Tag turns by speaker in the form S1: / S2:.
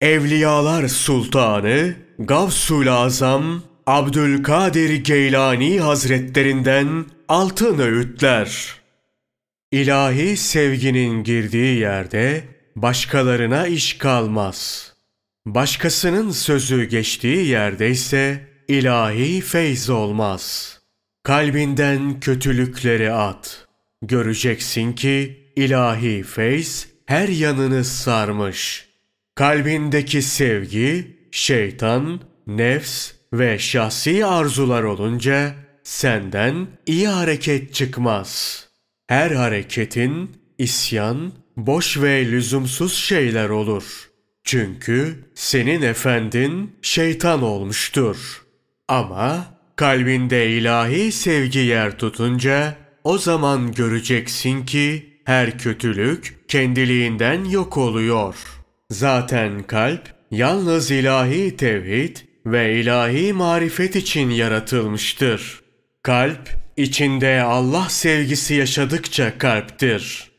S1: Evliyalar Sultanı Gavsul Azam Abdülkadir Geylani Hazretlerinden altın öğütler. İlahi sevginin girdiği yerde başkalarına iş kalmaz. Başkasının sözü geçtiği yerde ise ilahi feyz olmaz. Kalbinden kötülükleri at. Göreceksin ki ilahi feyz her yanını sarmış. Kalbindeki sevgi, şeytan, nefs ve şahsi arzular olunca senden iyi hareket çıkmaz. Her hareketin isyan, boş ve lüzumsuz şeyler olur. Çünkü senin efendin şeytan olmuştur. Ama kalbinde ilahi sevgi yer tutunca o zaman göreceksin ki her kötülük kendiliğinden yok oluyor. Zaten kalp yalnız ilahi tevhid ve ilahi marifet için yaratılmıştır. Kalp içinde Allah sevgisi yaşadıkça kalptir.